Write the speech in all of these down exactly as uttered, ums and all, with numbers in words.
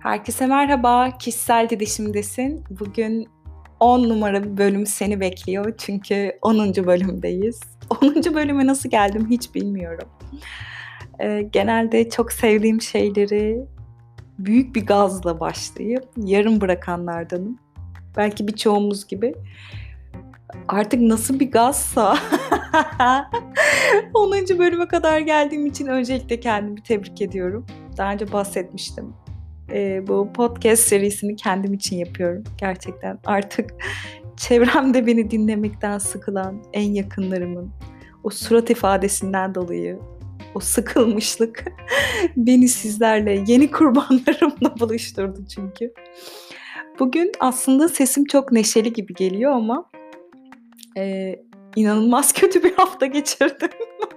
Herkese merhaba, Kişisel Gelişim'desin. Bugün on numara bir bölüm seni bekliyor çünkü onuncu bölümdeyiz. onuncu bölüme nasıl geldim hiç bilmiyorum. Ee, genelde çok sevdiğim şeyleri büyük bir gazla başlayıp yarım bırakanlardanım. Belki birçoğumuz gibi. Artık nasıl bir gazsa onuncu bölüme kadar geldiğim için öncelikle kendimi tebrik ediyorum. Daha önce bahsetmiştim. Ee, bu podcast serisini kendim için yapıyorum. Gerçekten artık çevremde beni dinlemekten sıkılan en yakınlarımın o surat ifadesinden dolayı o sıkılmışlık beni sizlerle, yeni kurbanlarımla buluşturdu çünkü. Bugün aslında sesim çok neşeli gibi geliyor ama e, inanılmaz kötü bir hafta geçirdim.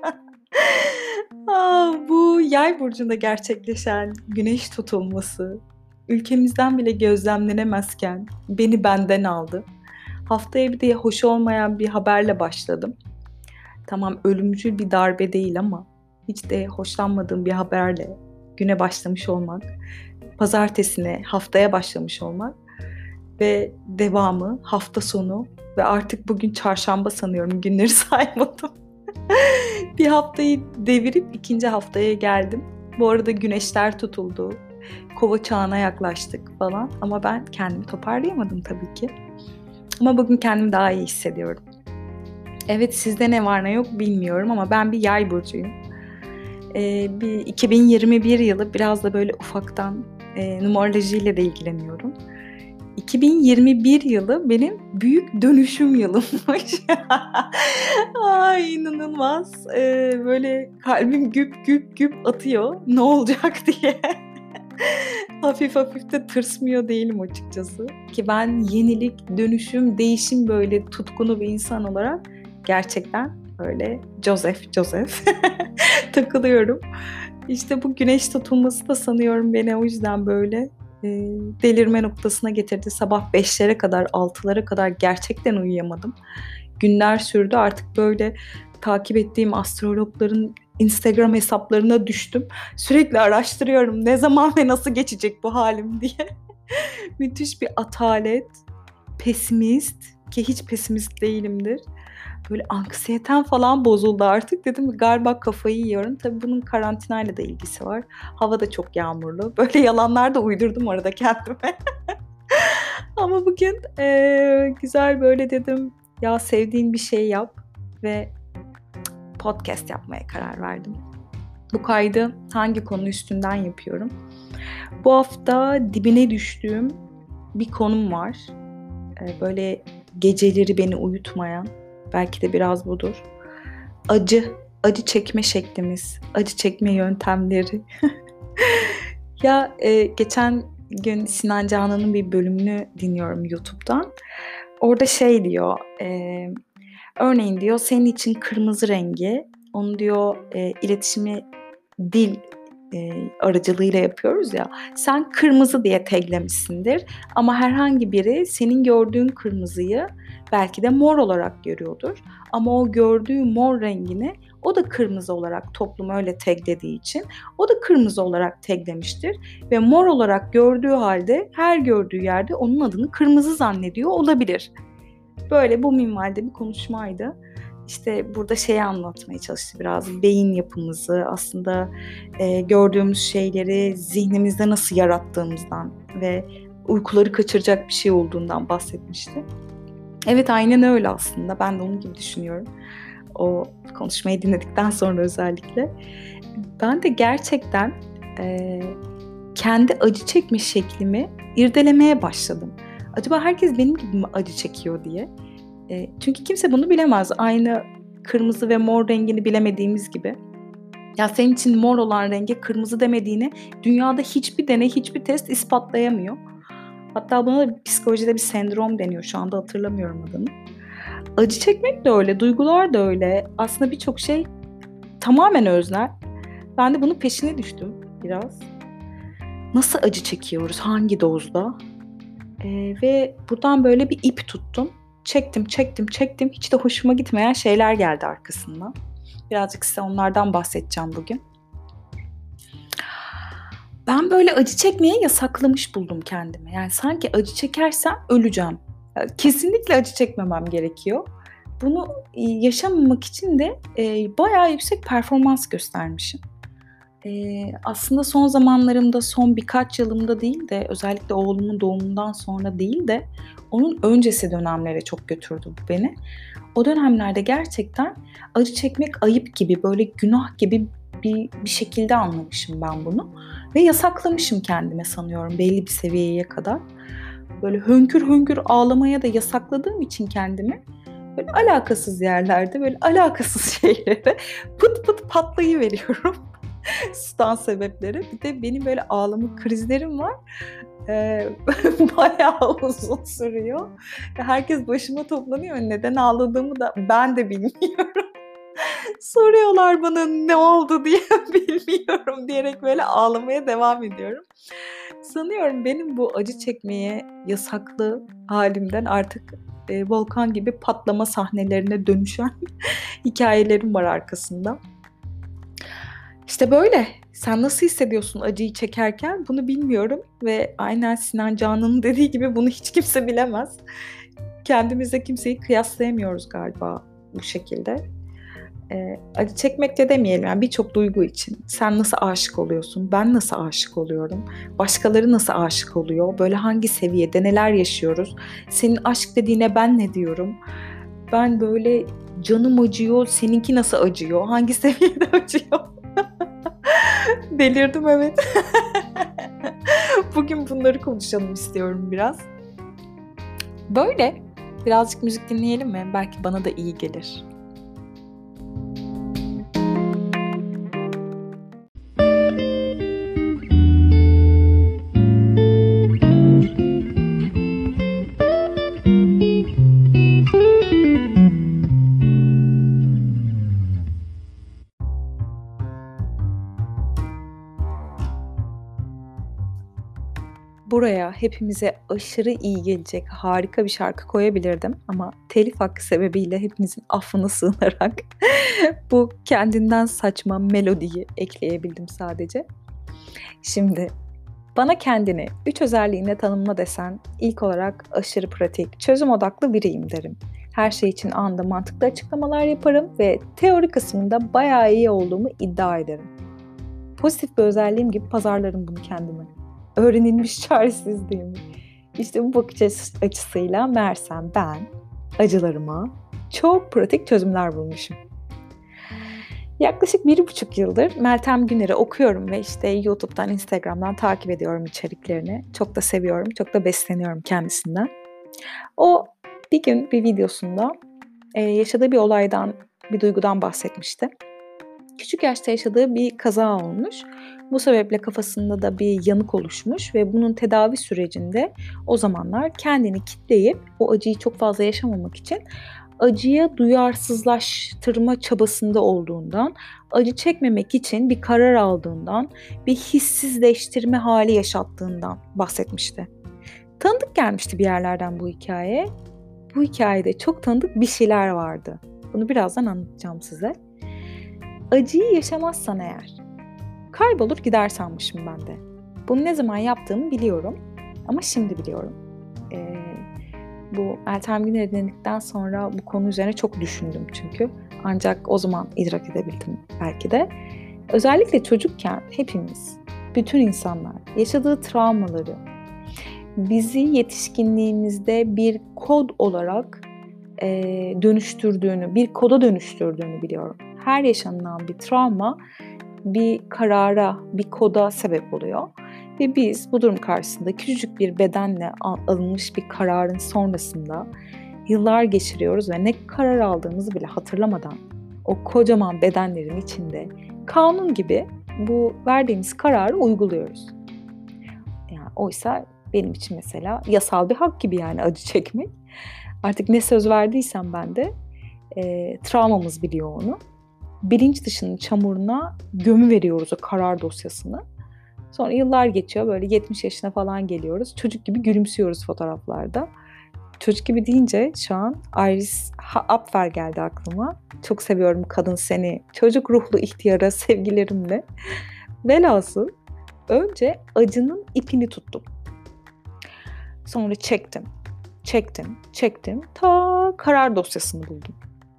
Aa, bu yay burcunda gerçekleşen güneş tutulması ülkemizden bile gözlemlenemezken beni benden aldı. Haftaya bir de hoş olmayan bir haberle başladım. Tamam, ölümcül bir darbe değil ama hiç de hoşlanmadığım bir haberle güne başlamış olmak, pazartesine, haftaya başlamış olmak ve devamı hafta sonu ve artık bugün çarşamba sanıyorum, günleri saymadım. Bir haftayı devirip ikinci haftaya geldim. Bu arada güneşler tutuldu. Kova çağına yaklaştık falan. Ama ben kendimi toparlayamadım tabii ki. Ama bugün kendimi daha iyi hissediyorum. Evet, sizde ne var ne yok bilmiyorum ama ben bir yay burcuyum. Ee, bir iki bin yirmi bir yılı biraz da böyle ufaktan e, numerolojiyle de ilgileniyorum. iki bin yirmi bir yılı benim büyük dönüşüm yılımmış. Ay, inanılmaz. Ee, böyle kalbim güp güp güp atıyor. Ne olacak diye. Hafif hafif de tırsmıyor değilim açıkçası. Ki ben yenilik, dönüşüm, değişim böyle tutkunu bir insan olarak gerçekten böyle Joseph Joseph takılıyorum. İşte bu güneş tutulması da sanıyorum beni o yüzden böyle e, delirme noktasına getirdi. Sabah beşlere kadar, altılara kadar gerçekten uyuyamadım. Günler sürdü, artık böyle takip ettiğim astrologların Instagram hesaplarına düştüm. Sürekli araştırıyorum ne zaman ve nasıl geçecek bu halim diye. Müthiş bir atalet, pesimist ki hiç pesimist değilimdir. Böyle anksiyetem falan bozuldu artık. Dedim galiba kafayı yiyorum. Tabii bunun karantinayla da ilgisi var. Hava da çok yağmurlu. Böyle yalanlar da uydurdum orada kendime. Ama bugün e, güzel böyle dedim ya, sevdiğin bir şey yap ve podcast yapmaya karar verdim. Bu kaydı hangi konu üstünden yapıyorum? Bu hafta dibine düştüğüm bir konum var. E, böyle geceleri beni uyutmayan, belki de biraz budur. Acı, acı çekme şeklimiz, acı çekme yöntemleri. ya e, geçen gün Sinan Canan'ın bir bölümünü dinliyorum YouTube'dan. Orada şey diyor, e, örneğin diyor senin için kırmızı rengi, onu diyor e, iletişimi dil e, aracılığıyla yapıyoruz ya. Sen kırmızı diye taglemişsindir ama herhangi biri senin gördüğün kırmızıyı belki de mor olarak görüyordur. Ama o gördüğü mor rengini o da kırmızı olarak toplum öyle taglediği için o da kırmızı olarak taglemiştir. Ve mor olarak gördüğü halde her gördüğü yerde onun adını kırmızı zannediyor olabilir. Böyle bu minvalde bir konuşmaydı. İşte burada şeyi anlatmaya çalıştı biraz. Beyin yapımızı, aslında e, gördüğümüz şeyleri zihnimizde nasıl yarattığımızdan ve uykuları kaçıracak bir şey olduğundan bahsetmişti. Evet, aynen öyle aslında. Ben de onun gibi düşünüyorum. O konuşmayı dinledikten sonra özellikle. Ben de gerçekten e, kendi acı çekme şeklimi irdelemeye başladım. Acaba herkes benim gibi mi acı çekiyor diye. E, çünkü kimse bunu bilemez. Aynı kırmızı ve mor rengini bilemediğimiz gibi. Ya senin için mor olan renge kırmızı demediğini dünyada hiçbir deney, hiçbir test ispatlayamıyor. Hatta buna da psikolojide bir sendrom deniyor. Şu anda hatırlamıyorum adını. Acı çekmek de öyle, duygular da öyle. Aslında birçok şey tamamen öznel. Ben de bunun peşine düştüm biraz. Nasıl acı çekiyoruz, hangi dozda? Ee, ve buradan böyle bir ip tuttum. Çektim, çektim, çektim. Hiç de hoşuma gitmeyen şeyler geldi arkasından. Birazcık size onlardan bahsedeceğim bugün. Ben böyle acı çekmeye yasaklamış buldum kendimi. Yani sanki acı çekersem öleceğim. Ya, kesinlikle acı çekmemem gerekiyor. Bunu e, yaşamamak için de e, bayağı yüksek performans göstermişim. E, aslında son zamanlarımda, son birkaç yılımda değil de özellikle oğlumun doğumundan sonra değil de onun öncesi dönemlere çok götürdü bu beni. O dönemlerde gerçekten acı çekmek ayıp gibi, böyle günah gibi bir, bir şekilde anlamışım ben bunu. Ve yasaklamışım kendime sanıyorum belli bir seviyeye kadar. Böyle hönkür hönkür ağlamaya da yasakladığım için kendimi böyle alakasız yerlerde, böyle alakasız şeylere pıt pıt patlayıveriyorum. Sudan sebepleri. Bir de benim böyle ağlama krizlerim var. Ee, bayağı uzun sürüyor. Herkes başıma toplanıyor. Neden ağladığımı da ben de bilmiyorum. Soruyorlar bana ne oldu diye bilmiyorum diyerek böyle ağlamaya devam ediyorum. Sanıyorum benim bu acı çekmeye yasaklı halimden artık e, volkan gibi patlama sahnelerine dönüşen hikayelerim var arkasında. İşte böyle. Sen nasıl hissediyorsun acıyı çekerken? Bunu bilmiyorum ve aynen Sinan Canan'ın dediği gibi bunu hiç kimse bilemez. Kendimizle kimseyi kıyaslayamıyoruz galiba bu şekilde. Ee, acı çekmek de demeyelim yani birçok duygu için. Sen nasıl aşık oluyorsun? Ben nasıl aşık oluyorum? Başkaları nasıl aşık oluyor? Böyle hangi seviyede neler yaşıyoruz? Senin aşk dediğine ben ne diyorum? Ben böyle canım acıyor, seninki nasıl acıyor? Hangi seviyede acıyor? Delirdim evet. Bugün bunları konuşalım istiyorum biraz. Böyle. Birazcık müzik dinleyelim mi? Belki bana da iyi gelir. Buraya hepimize aşırı iyi gelecek harika bir şarkı koyabilirdim ama telif hakkı sebebiyle hepimizin affına sığınarak bu kendinden saçma melodiyi ekleyebildim sadece. Şimdi bana kendini üç özelliğine tanımla desen ilk olarak aşırı pratik, çözüm odaklı biriyim derim. Her şey için anında mantıklı açıklamalar yaparım ve teori kısmında bayağı iyi olduğumu iddia ederim. Pozitif bir özelliğim gibi pazarlarım bunu kendime. Öğrenilmiş çaresizliğimi. İşte bu bakış açısıyla meğersem ben acılarıma çok pratik çözümler bulmuşum. Yaklaşık bir buçuk yıldır Meltem Güner'i okuyorum ve işte YouTube'dan, Instagram'dan takip ediyorum içeriklerini. Çok da seviyorum, çok da besleniyorum kendisinden. O bir gün bir videosunda e, yaşadığı bir olaydan, bir duygudan bahsetmişti. Küçük yaşta yaşadığı bir kaza olmuş. Bu sebeple kafasında da bir yanık oluşmuş ve bunun tedavi sürecinde o zamanlar kendini kitleyip o acıyı çok fazla yaşamamak için acıya duyarsızlaştırma çabasında olduğundan, acı çekmemek için bir karar aldığından, bir hissizleştirme hali yaşattığından bahsetmişti. Tanıdık gelmişti bir yerlerden bu hikaye. Bu hikayede çok tanıdık bir şeyler vardı. Bunu birazdan anlatacağım size. Acıyı yaşamazsan eğer, kaybolur gider sanmışım ben de. Bunu ne zaman yaptığımı biliyorum ama şimdi biliyorum. Ee, bu Meltem Güner'i dinledikten sonra bu konu üzerine çok düşündüm çünkü. Ancak o zaman idrak edebildim belki de. Özellikle çocukken hepimiz, bütün insanlar yaşadığı travmaları bizi yetişkinliğimizde bir kod olarak e, dönüştürdüğünü, bir koda dönüştürdüğünü biliyorum. Her yaşanılan bir travma bir karara, bir koda sebep oluyor. Ve biz bu durum karşısında küçücük bir bedenle alınmış bir kararın sonrasında yıllar geçiriyoruz ve ne karar aldığımızı bile hatırlamadan o kocaman bedenlerin içinde kanun gibi bu verdiğimiz kararı uyguluyoruz. Yani oysa benim için mesela yasal bir hak gibi yani acı çekmek. Artık ne söz verdiysem ben de e, travmamız biliyor onu. Bilinç dışının çamuruna gömü veriyoruz o karar dosyasını. Sonra yıllar geçiyor böyle yetmiş yaşına falan geliyoruz. Çocuk gibi gülümsüyoruz fotoğraflarda. Çocuk gibi deyince şu an Iris Apfel geldi aklıma. Çok seviyorum kadın seni. Çocuk ruhlu ihtiyara sevgilerimle. Velhasıl Önce acının ipini tuttum. Sonra çektim, çektim, çektim. Ta karar dosyasını buldum.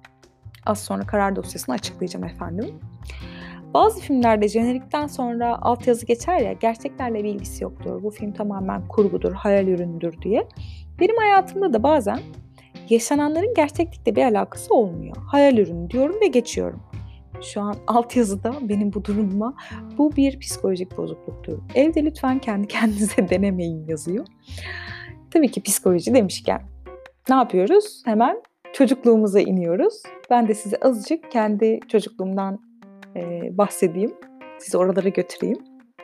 Az sonra karar dosyasını açıklayacağım efendim. Bazı filmlerde jenerikten sonra altyazı geçer ya, gerçeklerle bir ilgisi yoktur. Bu film tamamen kurgudur, hayal ürünüdür diye. Benim hayatımda da bazen yaşananların gerçeklikle bir alakası olmuyor. Hayal ürünü diyorum ve geçiyorum. Şu an altyazıda benim bu durumuma bu bir psikolojik bozukluktur. Evde lütfen kendi kendinize denemeyin yazıyor. Tabii ki psikoloji demişken ne yapıyoruz? Hemen çocukluğumuza iniyoruz. Ben de size azıcık kendi çocukluğumdan e, bahsedeyim. Sizi oralara götüreyim.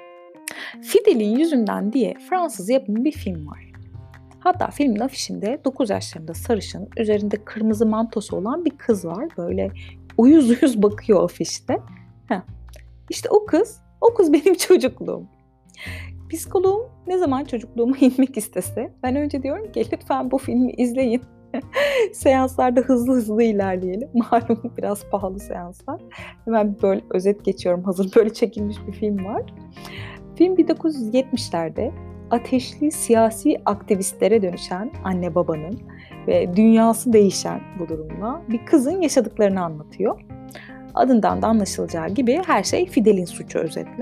Fidel'in Yüzünden diye Fransız yapımı bir film var. Hatta filmin afişinde dokuz yaşlarında sarışın, üzerinde kırmızı mantosu olan bir kız var. Böyle uyuz uyuz bakıyor afişte. Heh. İşte o kız, o kız benim çocukluğum. Psikoloğum ne zaman çocukluğuma inmek istese, ben önce diyorum ki lütfen bu filmi izleyin. Seanslarda hızlı hızlı ilerleyelim. Malum biraz pahalı seanslar. Hemen böyle özet geçiyorum. Hazır böyle çekilmiş bir film var. Film bin dokuz yüz yetmişlerde ateşli siyasi aktivistlere dönüşen anne babanın ve dünyası değişen bu durumla bir kızın yaşadıklarını anlatıyor. Adından da anlaşılacağı gibi her şey Fidel'in suçu özetle.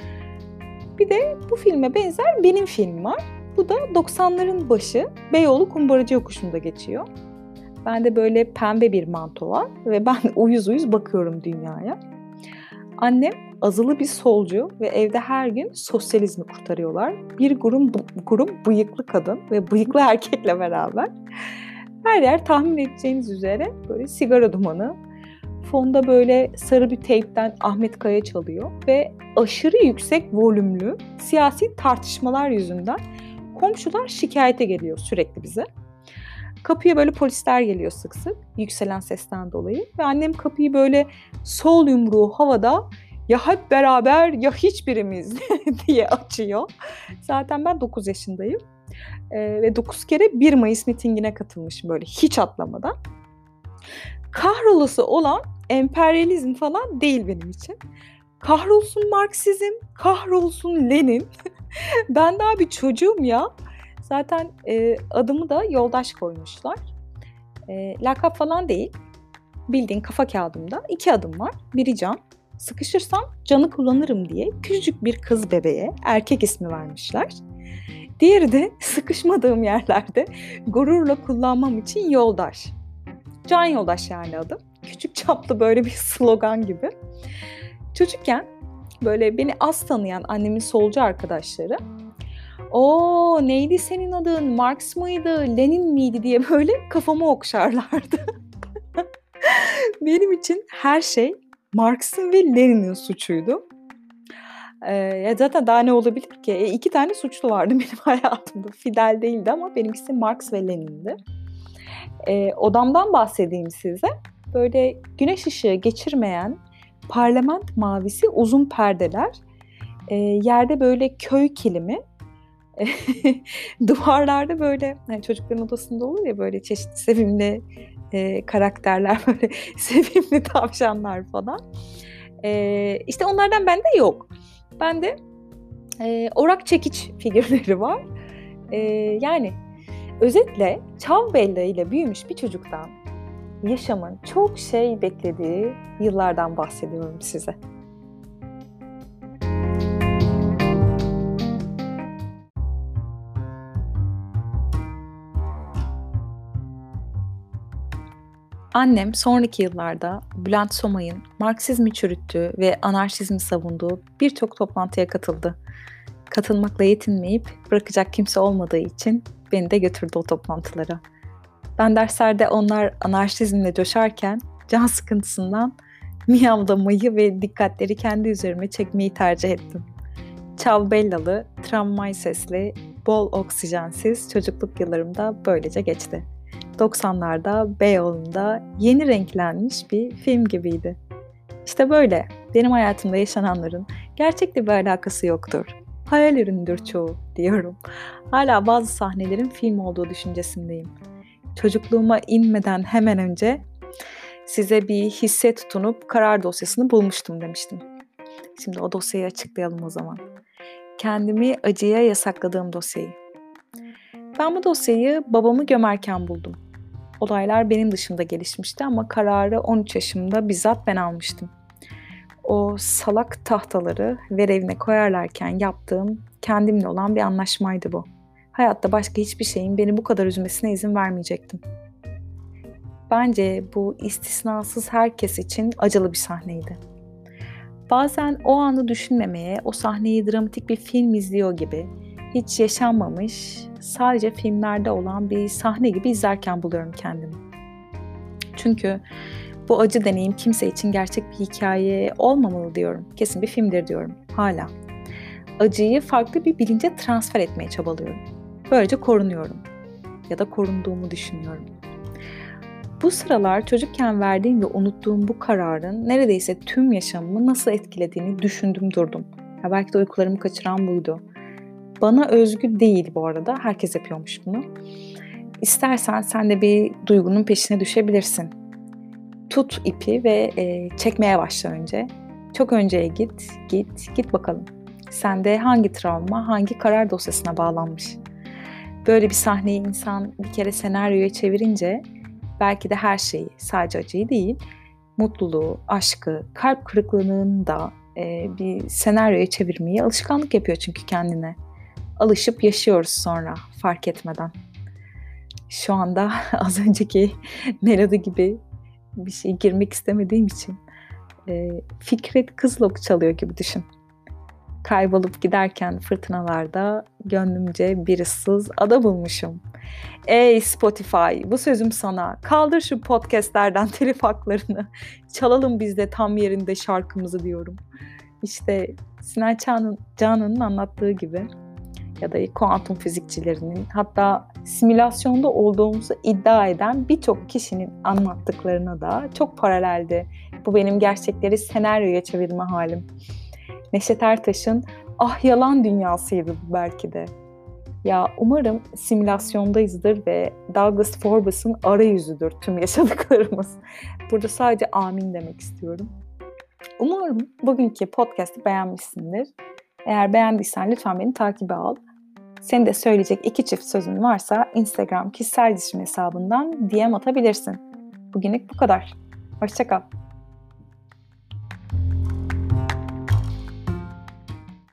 Bir de bu filme benzer benim film var. Bu da doksanların başı Beyoğlu Kumbaracı Yokuşu'nda geçiyor. Bende böyle pembe bir manto var ve ben uyuz uyuz bakıyorum dünyaya. Annem azılı bir solcu ve evde her gün sosyalizmi kurtarıyorlar. Bir grup, grup bıyıklı kadın ve bıyıklı erkekle beraber. Her yer tahmin edeceğiniz üzere böyle sigara dumanı. Fonda böyle sarı bir teypten Ahmet Kaya çalıyor ve aşırı yüksek volümlü siyasi tartışmalar yüzünden komşular şikayete geliyor sürekli bize. Kapıya böyle polisler geliyor sık sık yükselen sesten dolayı ve annem kapıyı böyle sol yumruğu havada ya hep beraber ya hiçbirimiz diye açıyor. Zaten ben dokuz yaşındayım ee, ve dokuz kere bir Mayıs mitingine katılmışım böyle hiç atlamadan. Kahrolası olan emperyalizm falan değil benim için. Kahrolsun Marksizm, kahrolsun Lenin. Ben daha bir çocuğum ya. Zaten e, adımı da Yoldaş koymuşlar. E, lakap falan değil. Bildiğin kafa kağıdımda iki adım var. Biri Can. Sıkışırsam Can'ı kullanırım diye küçücük bir kız bebeğe erkek ismi vermişler. Diğeri de sıkışmadığım yerlerde gururla kullanmam için Yoldaş. Can Yoldaş yani adım. Küçük çaplı böyle bir slogan gibi. Çocukken böyle beni az tanıyan annemin solcu arkadaşları "Oo neydi senin adın? Marx mıydı? Lenin miydi?" diye böyle kafamı okşarlardı. Benim için her şey Marx'ın ve Lenin'in suçuydu. Ee, ya zaten daha ne olabilir ki? E, iki tane suçlu vardı benim hayatımda. Fidel değildi ama benimkisi Marx ve Lenin'di. Ee, odamdan bahsedeyim size. Böyle güneş ışığı geçirmeyen parlament mavisi uzun perdeler. E, yerde böyle köy kilimi. Duvarlarda böyle hani çocukların odasında olur ya böyle çeşitli sevimli e, karakterler, böyle sevimli tavşanlar falan. E, işte onlardan bende yok. Bende e, orak çekiç figürleri var. E, yani özetle Ciao Bella ile büyümüş bir çocuktan yaşamın çok şey beklediği yıllardan bahsediyorum size. Annem sonraki yıllarda Bülent Somay'ın Marksizmi çürüttüğü ve anarşizmi savunduğu birçok toplantıya katıldı. Katılmakla yetinmeyip bırakacak kimse olmadığı için beni de götürdü o toplantılara. Ben derslerde onlar anarşizmle coşarken can sıkıntısından miyavlamayı ve dikkatleri kendi üzerime çekmeyi tercih ettim. Ciao Bella'lı, tramvay sesli, bol oksijensiz çocukluk yıllarımda böylece geçti. doksanlarda Beyoğlu'nda yeni renklenmiş bir film gibiydi. İşte böyle benim hayatımda yaşananların gerçekle bir alakası yoktur. Hayal ürünüdür çoğu diyorum. Hala bazı sahnelerin film olduğu düşüncesindeyim. Çocukluğuma inmeden hemen önce size bir hisse tutunup karar dosyasını bulmuştum demiştim. Şimdi o dosyayı açıklayalım o zaman. kendimi acıya yasakladığım dosyayı. Ben bu dosyayı babamı gömerken buldum. Olaylar benim dışımda gelişmişti ama kararı on üç yaşımda bizzat ben almıştım. O salak tahtaları verevine koyarlarken yaptığım kendimle olan bir anlaşmaydı bu. Hayatta başka hiçbir şeyin beni bu kadar üzmesine izin vermeyecektim. Bence bu istisnasız herkes için acılı bir sahneydi. Bazen o anı düşünmemeye, o sahneyi dramatik bir film izliyor gibi, hiç yaşanmamış, sadece filmlerde olan bir sahne gibi izlerken buluyorum kendimi. Çünkü bu acı deneyim kimse için gerçek bir hikaye olmamalı diyorum. Kesin bir filmdir diyorum hala. Acıyı farklı bir bilince transfer etmeye çabalıyorum. Böylece korunuyorum ya da korunduğumu düşünüyorum. Bu sıralar çocukken verdiğim ve unuttuğum bu kararın neredeyse tüm yaşamımı nasıl etkilediğini düşündüm durdum. Ya belki de uykularımı kaçıran buydu. Bana özgü değil bu arada. Herkes yapıyormuş bunu. İstersen sen de bir duygunun peşine düşebilirsin. Tut ipi ve e, çekmeye başla önce. Çok önceye git, git, git bakalım. Sende hangi travma, hangi karar dosyasına bağlanmış? Böyle bir sahneyi insan bir kere senaryoya çevirince belki de her şeyi, sadece acıyı değil, mutluluğu, aşkı, kalp kırıklığının da e, bir senaryoya çevirmeyi alışkanlık yapıyor çünkü kendine. Alışıp yaşıyoruz sonra fark etmeden. Şu anda az önceki melodi gibi bir şey girmek istemediğim için e, Fikret Kızılok çalıyor gibi düşün. Kaybolup giderken fırtınalarda gönlümce bir ıssız ada bulmuşum. Ey Spotify, bu sözüm sana. Kaldır şu podcastlerden telif haklarını. Çalalım biz de tam yerinde şarkımızı diyorum. İşte Sinan Canan'ın, Canan'ın anlattığı gibi ya da kuantum fizikçilerinin, hatta simülasyonda olduğumuzu iddia eden birçok kişinin anlattıklarına da çok paraleldi. Bu benim gerçekleri senaryoya çevirme halim. Neşet Ertaş'ın ah yalan dünyasıydı bu belki de. Ya umarım simülasyondayızdır ve Douglas Forbes'ın arayüzüdür tüm yaşadıklarımız. Burada sadece amin demek istiyorum. Umarım bugünkü podcast'ı beğenmişsindir. Eğer beğendiysen lütfen beni takibe al. Senin de söyleyecek iki çift sözün varsa Instagram kişisel gelişim hesabından D M atabilirsin. Bugünlük bu kadar. Hoşça kal.